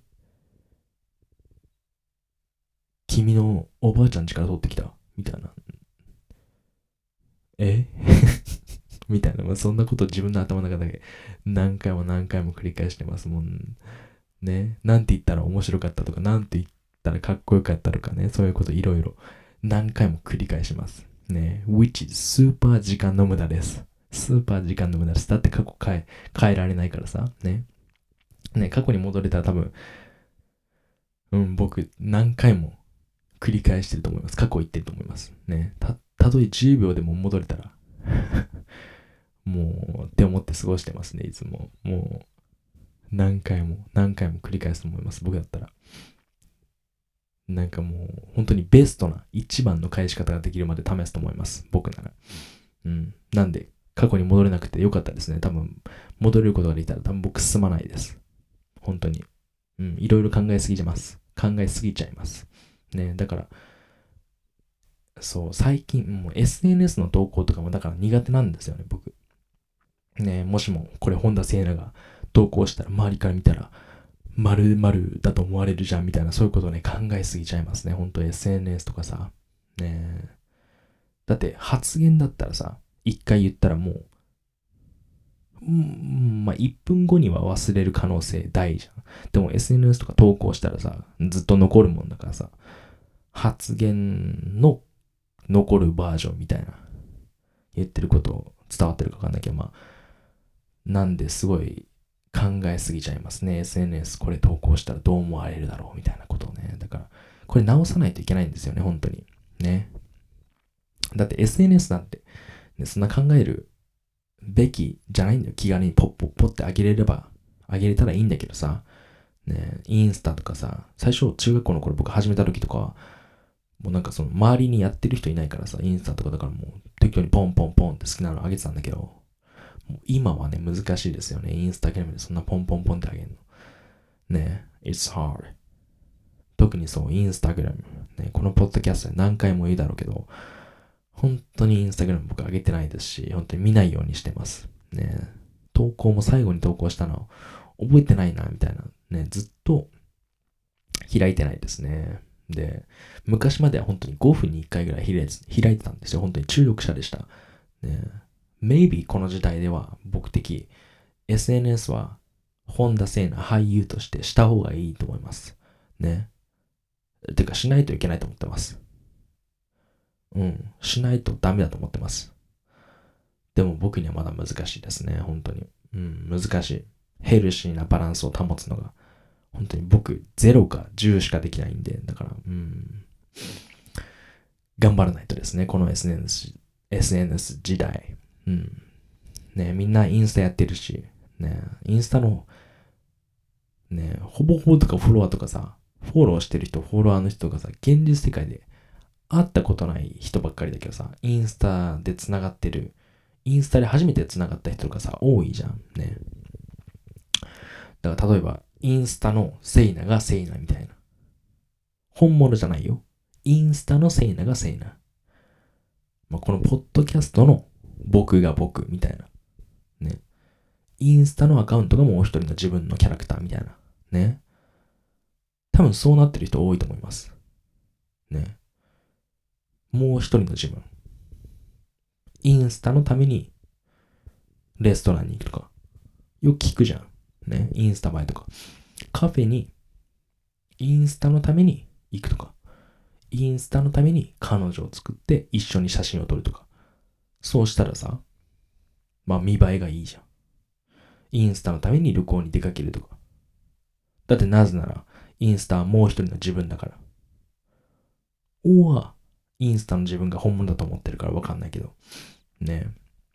君のおばあちゃん家から取ってきたみたいな。えみたいな、まあ、そんなことを自分の頭の中で何回も何回も繰り返してますもんね。なんて言ったら面白かったとか、なんて言ったらかっこよかったとかね、そういうこといろいろ何回も繰り返しますね。which is スーパー時間の無駄です。スーパー時間の無駄です。だって過去変え、変えられないからさ、ね。ね、過去に戻れたら多分、うん、僕何回も繰り返してると思います。過去言ってると思います。ね。た、たとえじゅうびょうでも戻れたら、もう、って思って過ごしてますね、いつも。もう、何回も、何回も繰り返すと思います、僕だったら。なんかもう、本当にベストな一番の返し方ができるまで試すと思います、僕なら。うん。なんで、過去に戻れなくてよかったですね。多分、戻れることができたら多分僕進まないです。本当に。うん、いろいろ考えすぎちゃいます。考えすぎちゃいます。ね、だから、そう、最近、もう エスエヌエス の投稿とかもだから苦手なんですよね、僕。ね、もしもこれ本田聖奈が投稿したら周りから見たら丸々だと思われるじゃんみたいな、そういうことをね考えすぎちゃいますね。本当 エスエヌエス とかさ、ね、だって発言だったらさ、一回言ったらもう、うん、まあいっぷんごには忘れる可能性大じゃん。でも エスエヌエス とか投稿したらさ、ずっと残るもんだからさ、発言の残るバージョンみたいな、言ってること伝わってるかわかんないけど、まあなんですごい考えすぎちゃいますね。エスエヌエス これ投稿したらどう思われるだろうみたいなことをね。だから、これ直さないといけないんですよね、本当に。ね。だって エスエヌエス なんて、ね、そんな考えるべきじゃないんだよ。気軽にポッポッポってあげれれば、あげれたらいいんだけどさ。ね、インスタとかさ、最初中学校の頃僕始めた時とか、もうなんかその周りにやってる人いないからさ、インスタとかだからもう適当にポンポンポンって好きなのあげてたんだけど、今はね、難しいですよね。インスタグラムでそんなポンポンポンってあげるの。ね、it's hard. 特にそう、インスタグラム。ね、このポッドキャストで何回も言うだろうけど、本当にインスタグラム僕上げてないですし、本当に見ないようにしてます。ね、投稿も最後に投稿したの覚えてないな、みたいな。ね、ずっと開いてないですね。で、昔までは本当にごふんにいっかいぐらい開いて開いてたんですよ。本当に注力者でした。ね、maybe この時代では僕的 エスエヌエス は本田聖奈俳優としてした方がいいと思います。ね。てかしないといけないと思ってます。うん。しないとダメだと思ってます。でも僕にはまだ難しいですね。本当に。うん、難しい。ヘルシーなバランスを保つのが。本当に僕ゼロかじゅうしかできないんで、だから、うん。頑張らないとですね。この エスエヌエス、エスエヌエス 時代。うん。ね、みんなインスタやってるし、ね、インスタの、ね、ほぼほぼとかフォロワーとかさ、フォローしてる人、フォロワーの人がさ、現実世界で会ったことない人ばっかりだけどさ、インスタで繋がってる、インスタで初めて繋がった人とかさ、多いじゃん。ね。だから例えば、インスタのセイナがセイナみたいな。本物じゃないよ。インスタのセイナがセイナ。まあ、このポッドキャストの僕が僕みたいな。ね。インスタのアカウントがもう一人の自分のキャラクターみたいな。ね。多分そうなってる人多いと思います。ね。もう一人の自分。インスタのためにレストランに行くとか。よく聞くじゃん。ね。インスタ映えとか。カフェにインスタのために行くとか。インスタのために彼女を作って一緒に写真を撮るとか。そうしたらさ、まあ見栄えがいいじゃん。インスタのために旅行に出かけるとか。だってなぜなら、インスタはもう一人の自分だから。おは、インスタの自分が本物だと思ってるからわかんないけど。ね。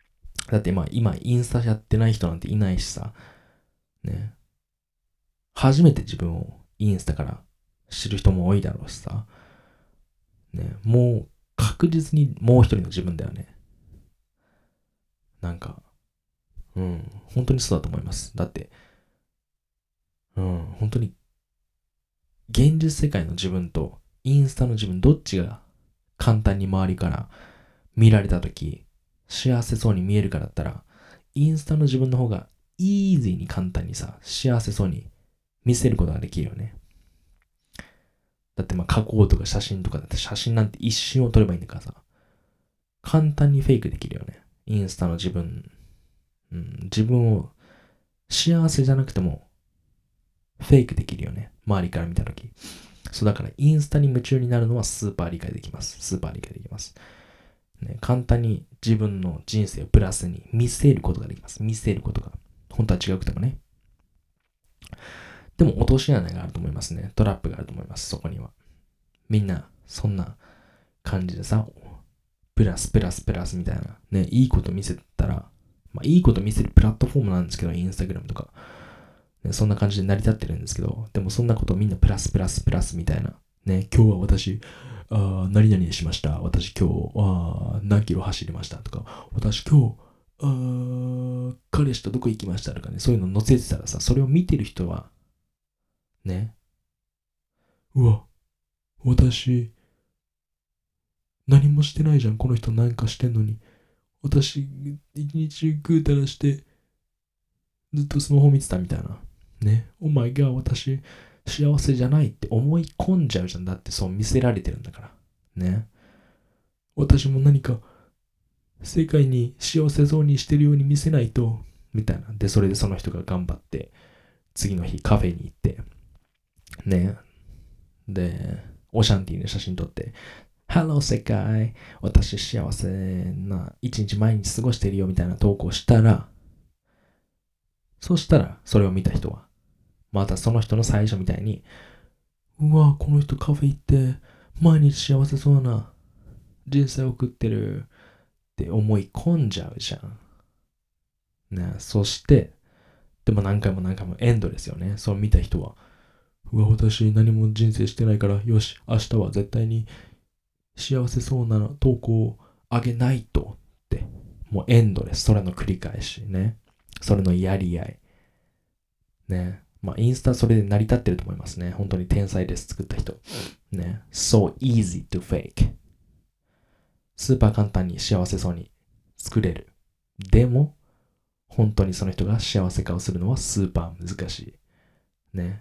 だって今、今、インスタやってない人なんていないしさ、ね。初めて自分をインスタから知る人も多いだろうしさ、ね。もう確実にもう一人の自分だよね。なんか、うん、本当にそうだと思います。だって、うん、本当に、現実世界の自分とインスタの自分、どっちが簡単に周りから見られたとき、幸せそうに見えるかだったら、インスタの自分の方がイージーに簡単にさ、幸せそうに見せることができるよね。だってまあ加工とか写真とかだって写真なんて一瞬を撮ればいいんだからさ、簡単にフェイクできるよね。インスタの自分、うん、自分を幸せじゃなくてもフェイクできるよね。周りから見たとき。そうだからインスタに夢中になるのはスーパー理解できます。スーパー理解できます。ね、簡単に自分の人生をプラスに見せることができます。見せることが。本当は違くてもね。でも落とし穴があると思いますね。トラップがあると思います。そこには。みんなそんな感じでさ、プラスプラスプラスみたいな。ね、いいこと見せたら、まあいいこと見せるプラットフォームなんですけど、インスタグラムとか。ね、そんな感じで成り立ってるんですけど、でもそんなことみんなプラスプラスプラスみたいな。ね、今日は私、あ何々しました。私今日あ何キロ走りましたとか、私今日あ彼氏とどこ行きましたとかね、そういうの載せてたらさ、それを見てる人は、ね、うわ、私、何もしてないじゃん。この人なんかしてんのに。私、一日ぐうたらして、ずっとスマホ見てたみたいな。ね。お前が私、幸せじゃないって思い込んじゃうじゃん。だってそう見せられてるんだから。ね。私も何か、世界に幸せそうにしてるように見せないと、みたいな。で、それでその人が頑張って、次の日カフェに行って、ね。で、オシャンティーの写真撮って、ハロー世界、私幸せな一日毎日過ごしてるよみたいな投稿したら、そしたらそれを見た人は、またその人の最初みたいに、うわ、この人カフェ行って毎日幸せそうな人生を送ってるって思い込んじゃうじゃん。ね、そして、でも何回も何回もエンドですよね。そう見た人は、うわ、私何も人生してないから、よし、明日は絶対に幸せそうな投稿をあげないとって、もうエンドレス、それの繰り返しね。それのやり合い。ね。まあ、インスタそれで成り立ってると思いますね。本当に天才です、作った人。ね。So easy to fake. スーパー簡単に幸せそうに作れる。でも、本当にその人が幸せ化をするのはスーパー難しい。ね。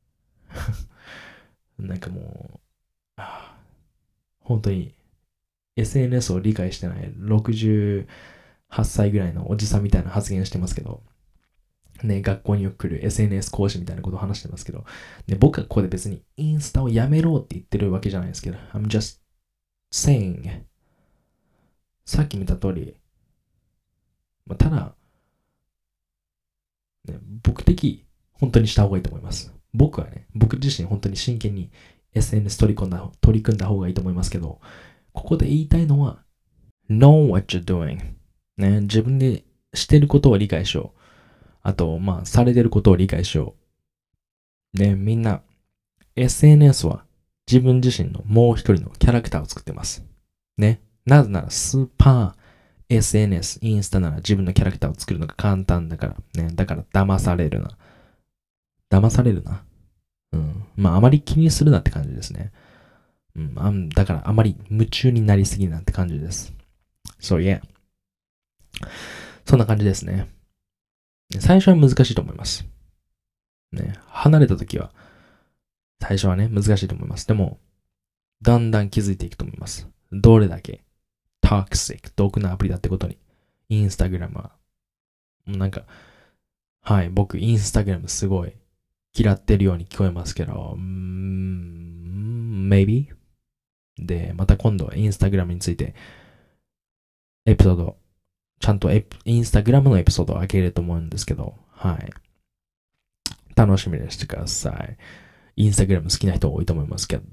なんかもう、本当に エスエヌエス を理解してないろくじゅうはっさいぐらいのおじさんみたいな発言してますけど、ね、学校によく来る エスエヌエス 講師みたいなことを話してますけど、ね、僕はここで別にインスタをやめろって言ってるわけじゃないですけど、I'm just saying さっき見た通り、まあ、ただ、ね、僕的本当にした方がいいと思います。僕はね、僕自身本当に真剣に エスエヌエス 取り込んだ、取り組んだ方がいいと思いますけど、ここで言いたいのは know what you're doing、ね、自分でしてることを理解しよう。あと、まあ、されてることを理解しよう。ね、みんな エスエヌエス は自分自身のもう一人のキャラクターを作ってます。ね。なぜならスーパー エスエヌエス、インスタなら自分のキャラクターを作るのが簡単だから。ね。だから騙されるな。騙されるな。うん。まあ、あまり気にするなって感じですね。うん。あだからあまり夢中になりすぎなって感じです。そういえ。そんな感じですね。最初は難しいと思います。ね。離れたときは、最初はね、難しいと思います。でも、だんだん気づいていくと思います。どれだけ、トクシック、毒なアプリだってことに。インスタグラムは、なんか、はい、僕、インスタグラムすごい嫌ってるように聞こえますけど、うーん、maybe? で、また今度はインスタグラムについて、エピソード、ちゃんとインスタグラムのエピソードを上げると思うんですけど、はい。楽しみにしてください。インスタグラム好きな人多いと思いますけ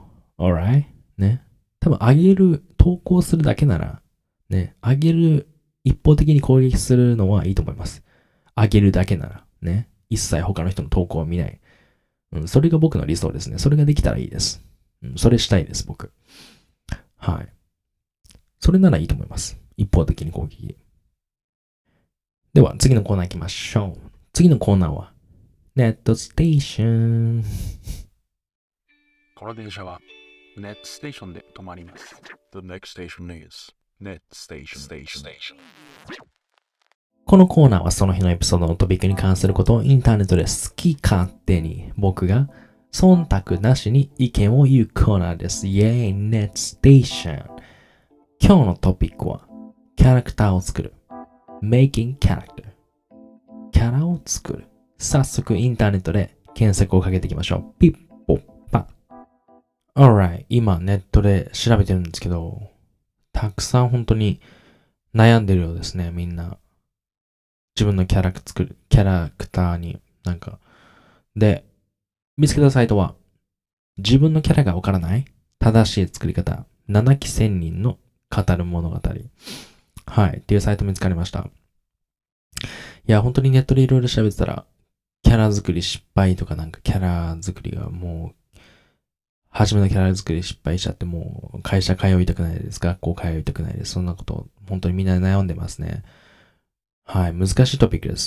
ど、alright? ね。多分上げる、投稿するだけなら、ね、上げる一方的に攻撃するのはいいと思います。あげるだけならね。一切他の人の投稿を見ない。うん、それが僕の理想ですね。それができたらいいです。うん、それしたいです、僕。はい。それならいいと思います。一方的に攻撃。では、次のコーナー行きましょう。次のコーナーは、ネットステーション。 この電車はネットステーションで止まります。The next station is Net Station. Station. このコーナーはその日のエピソードのトピックに関することをインターネットで好き勝手に僕が忖度なしに意見を言うコーナーです。イェーイ、ネットステーション。今日のトピックはキャラクターを作る。Making character。キャラを作る。早速インターネットで検索をかけていきましょう。ピッポッパ。Alright。今ネットで調べてるんですけど、たくさん本当に悩んでるようですね、みんな。自分のキャラク作る、キャラクターになんか。で、見つけたサイトは、自分のキャラがわからない正しい作り方、ななきせんにんの語る物語。はい。っていうサイト見つかりました。いや、本当にネットでいろいろ調べてたら、キャラ作り失敗とかなんかキャラ作りがもう、初めのキャラ作り失敗しちゃってもう会社通いたくないです。学校通いたくないです。そんなこと、本当にみんな悩んでますね。はい。難しいトピックです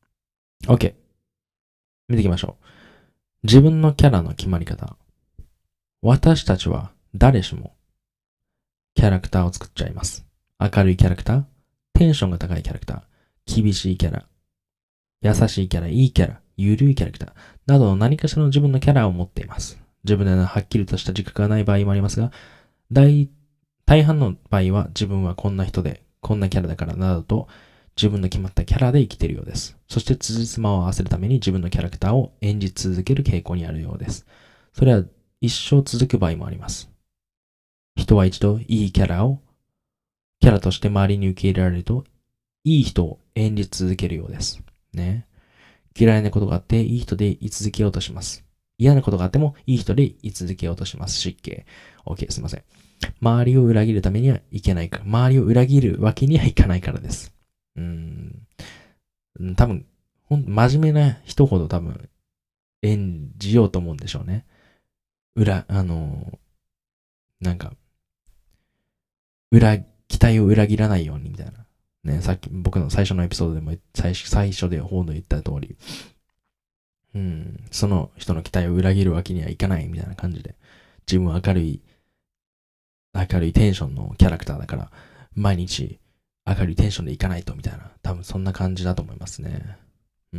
。OK。見ていきましょう。自分のキャラの決まり方。私たちは誰しもキャラクターを作っちゃいます。明るいキャラクター、テンションが高いキャラクター、厳しいキャラ、優しいキャラ、いいキャラ、ゆるいキャラクターなどの何かしらの自分のキャラを持っています。自分でははっきりとした自覚がない場合もありますが、大、大半の場合は自分はこんな人で、こんなキャラだからなどと自分の決まったキャラで生きているようです。そして辻褄を合わせるために自分のキャラクターを演じ続ける傾向にあるようです。それは一生続く場合もあります。人は一度いいキャラを、キャラとして周りに受け入れられると、いい人を演じ続けるようです。ね。嫌いなことがあっていい人で居続けようとします。嫌なことがあってもいい人で居続けようとします。失敬。OK、すいません。周りを裏切るためにはいけないから、周りを裏切るわけにはいかないからです。うーん。多分、ほん、真面目な人ほど多分、演じようと思うんでしょうね。裏、あの、なんか、裏、期待を裏切らないようにみたいな。ね、さっき僕の最初のエピソードでも最初、最初でほど言った通り、うん、その人の期待を裏切るわけにはいかないみたいな感じで、自分は明るい、明るいテンションのキャラクターだから、毎日明るいテンションでいかないとみたいな、多分そんな感じだと思いますね。うん。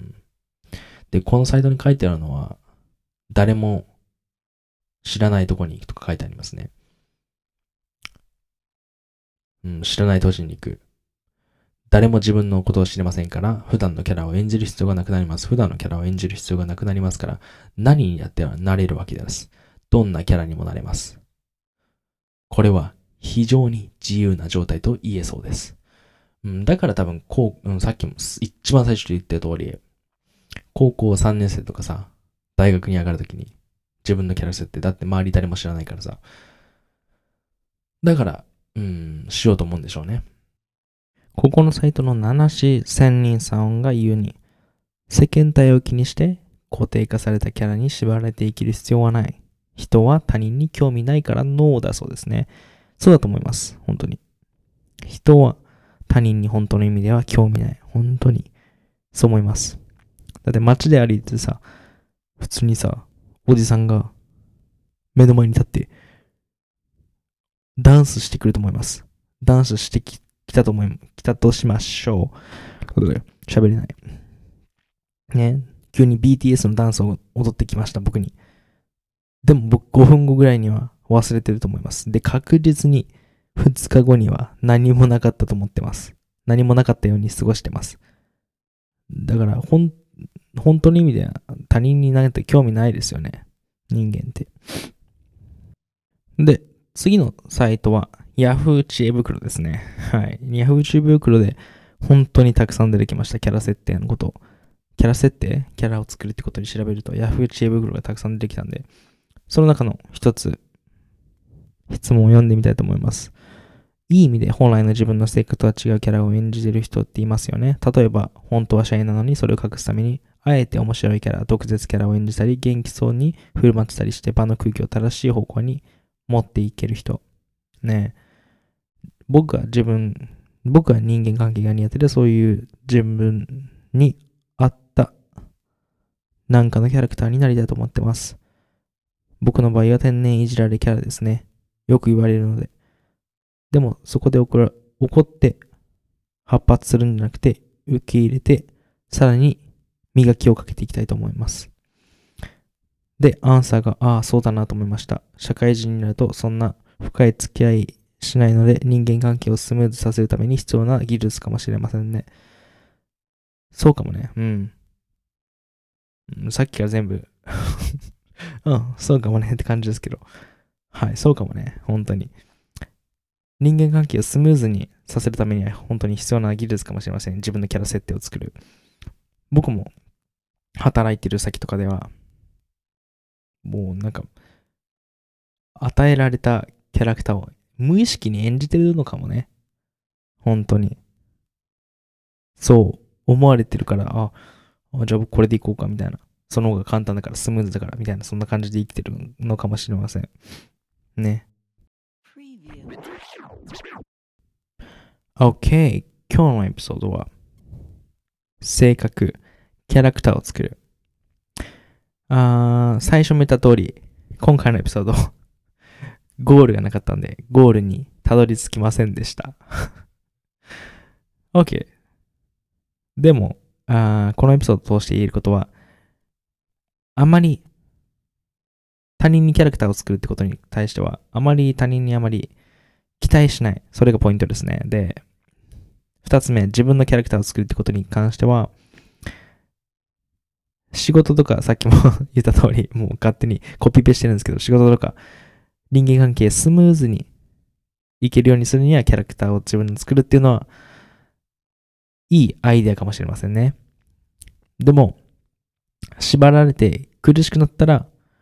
で、このサイトに書いてあるのは、誰も知らないとこに行くとか書いてありますね。うん、知らない都市に行く。誰も自分のことを知りませんから、普段のキャラを演じる必要がなくなります。普段のキャラを演じる必要がなくなりますから、何にやってはなれるわけです。どんなキャラにもなれます。これは非常に自由な状態と言えそうです。うん、だから多分こう、うん、さっきも一番最初に言った通り、高校さんねん生とかさ、大学に上がるときに自分のキャラ設定、だって周り誰も知らないからさ。だから、うん、しようと思うんでしょうね。ここのサイトのななし専任さんが言うに、世間体を気にして固定化されたキャラに縛られて生きる必要はない。人は他人に興味ないからノーだそうですね。そうだと思います。本当に。人は他人に本当の意味では興味ない。本当に。そう思います。だって街で歩いてさ、普通にさ、おじさんが目の前に立ってダンスしてくると思います。ダンスしてき来たと思い、来たとしましょう。ということで、喋れない。ね。急に ビーティーエス のダンスを踊ってきました、僕に。でも僕ごふんごぐらいには忘れてると思います。で、確実にふつかごには何もなかったと思ってます。何もなかったように過ごしてます。だから、ほん、本当の意味では他人になんて興味ないですよね。人間って。で、次のサイトは Yahoo 知恵袋ですね。はい。Yahoo 知恵袋で本当にたくさん出てきました。キャラ設定のこと。キャラ設定キャラを作るってことに調べると Yahoo 知恵袋がたくさん出てきたんで、その中の一つ質問を読んでみたいと思います。 いい意味で本来の自分の性格とは違うキャラを演じている人っていますよね。例えば、本当はシャイなのにそれを隠すために、あえて面白いキャラ、毒舌キャラを演じたり、元気そうに振る舞ってたりして、場の空気を正しい方向に持っていける人。ねえ。僕は自分、僕は人間関係が苦手で、そういう自分に合ったなんかのキャラクターになりたいと思ってます。僕の場合は天然いじられキャラですね。よく言われるので。でも、そこで怒ら、怒って発発するんじゃなくて、受け入れて、さらに磨きをかけていきたいと思います。で、アンサーが、ああ、そうだなと思いました。社会人になると、そんな深い付き合いしないので、人間関係をスムーズさせるために必要な技術かもしれませんね。そうかもね。うん。さっきから全部、うん、そうかもねって感じですけど。はい、そうかもね。本当に。人間関係をスムーズにさせるためには本当に必要な技術かもしれません。自分のキャラ設定を作る。僕も働いてる先とかでは、もうなんか、与えられたキャラクターを無意識に演じてるのかもね。本当に。そう思われてるから、あ、あじゃあ僕これでいこうかみたいな。その方が簡単だからスムーズだからみたいな、そんな感じで生きてるのかもしれません。ね。OK。今日のエピソードは、性格、キャラクターを作る。あー、最初も言った通り、今回のエピソード、ゴールがなかったんで、ゴールにたどり着きませんでした。OK。でもあー、このエピソードを通して言えることは、あまり他人にキャラクターを作るってことに対しては、あまり他人にあまり期待しない。それがポイントですね。で、二つ目、自分のキャラクターを作るってことに関しては、仕事とか、さっきも言った通り、もう勝手にコピペしてるんですけど、仕事とか、人間関係スムーズにいけるようにするには、キャラクターを自分で作るっていうのは、いいアイデアかもしれませんね。でも、縛られて苦しくなったら、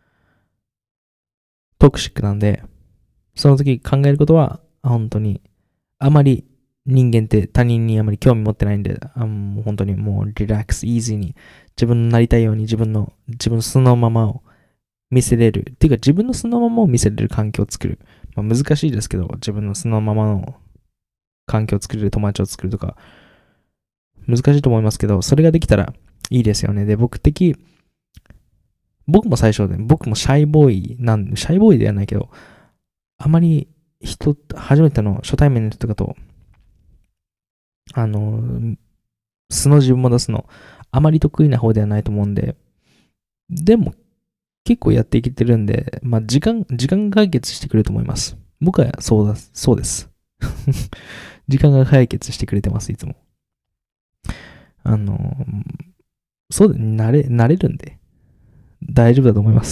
トクシックなんで、その時考えることは、本当に、あまり人間って他人にあまり興味持ってないんで、あもう本当にもうリラックス、イージーに自分のなりたいように自分の、自分の素のままを見せれる。っていうか自分の素のままを見せれる環境を作る。まあ、難しいですけど、自分の素のままの環境を作れる友達を作るとか、難しいと思いますけど、それができたらいいですよね。で、僕的、僕も最初で、僕もシャイボーイなんで、シャイボーイではないけど、あまり人、初めての初対面の人とかと、あの、素の自分も出すの、あまり得意な方ではないと思うんで、でも、結構やっていけてるんで、まあ、時間、時間が解決してくれると思います。僕はそうだ、そうです。時間が解決してくれてます、いつも。あの、そうで、慣れ、慣れるんで、大丈夫だと思います。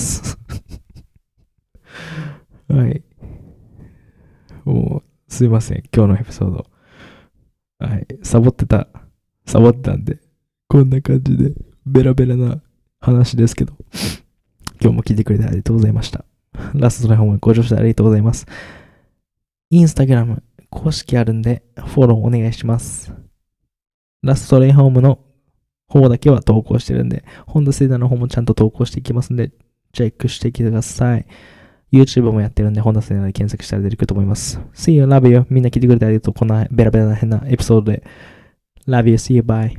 はい。もう、すいません。今日のエピソード。はい。サボってた。サボってたんで、こんな感じで、ベラベラな話ですけど、今日も聞いてくれてありがとうございました。ラストの方もご乗車ありがとうございます。インスタグラム公式あるんで、フォローお願いします。ラストレイホームの方だけは投稿してるんで、ホンダセダの方もちゃんと投稿していきますんで、チェックしてきてください。YouTube もやってるんで、ホンダセダで検索したら出てくると思います。See you, love you. みんな聞いてくれてありがとう。こんなベラベラな変なエピソードで。Love you, see you, bye.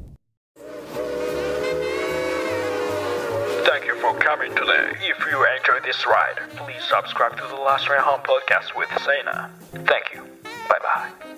Thank you for coming today. If you enjoyed this ride, please subscribe to the Last Ride Home podcast with Sena. Thank you. Bye bye.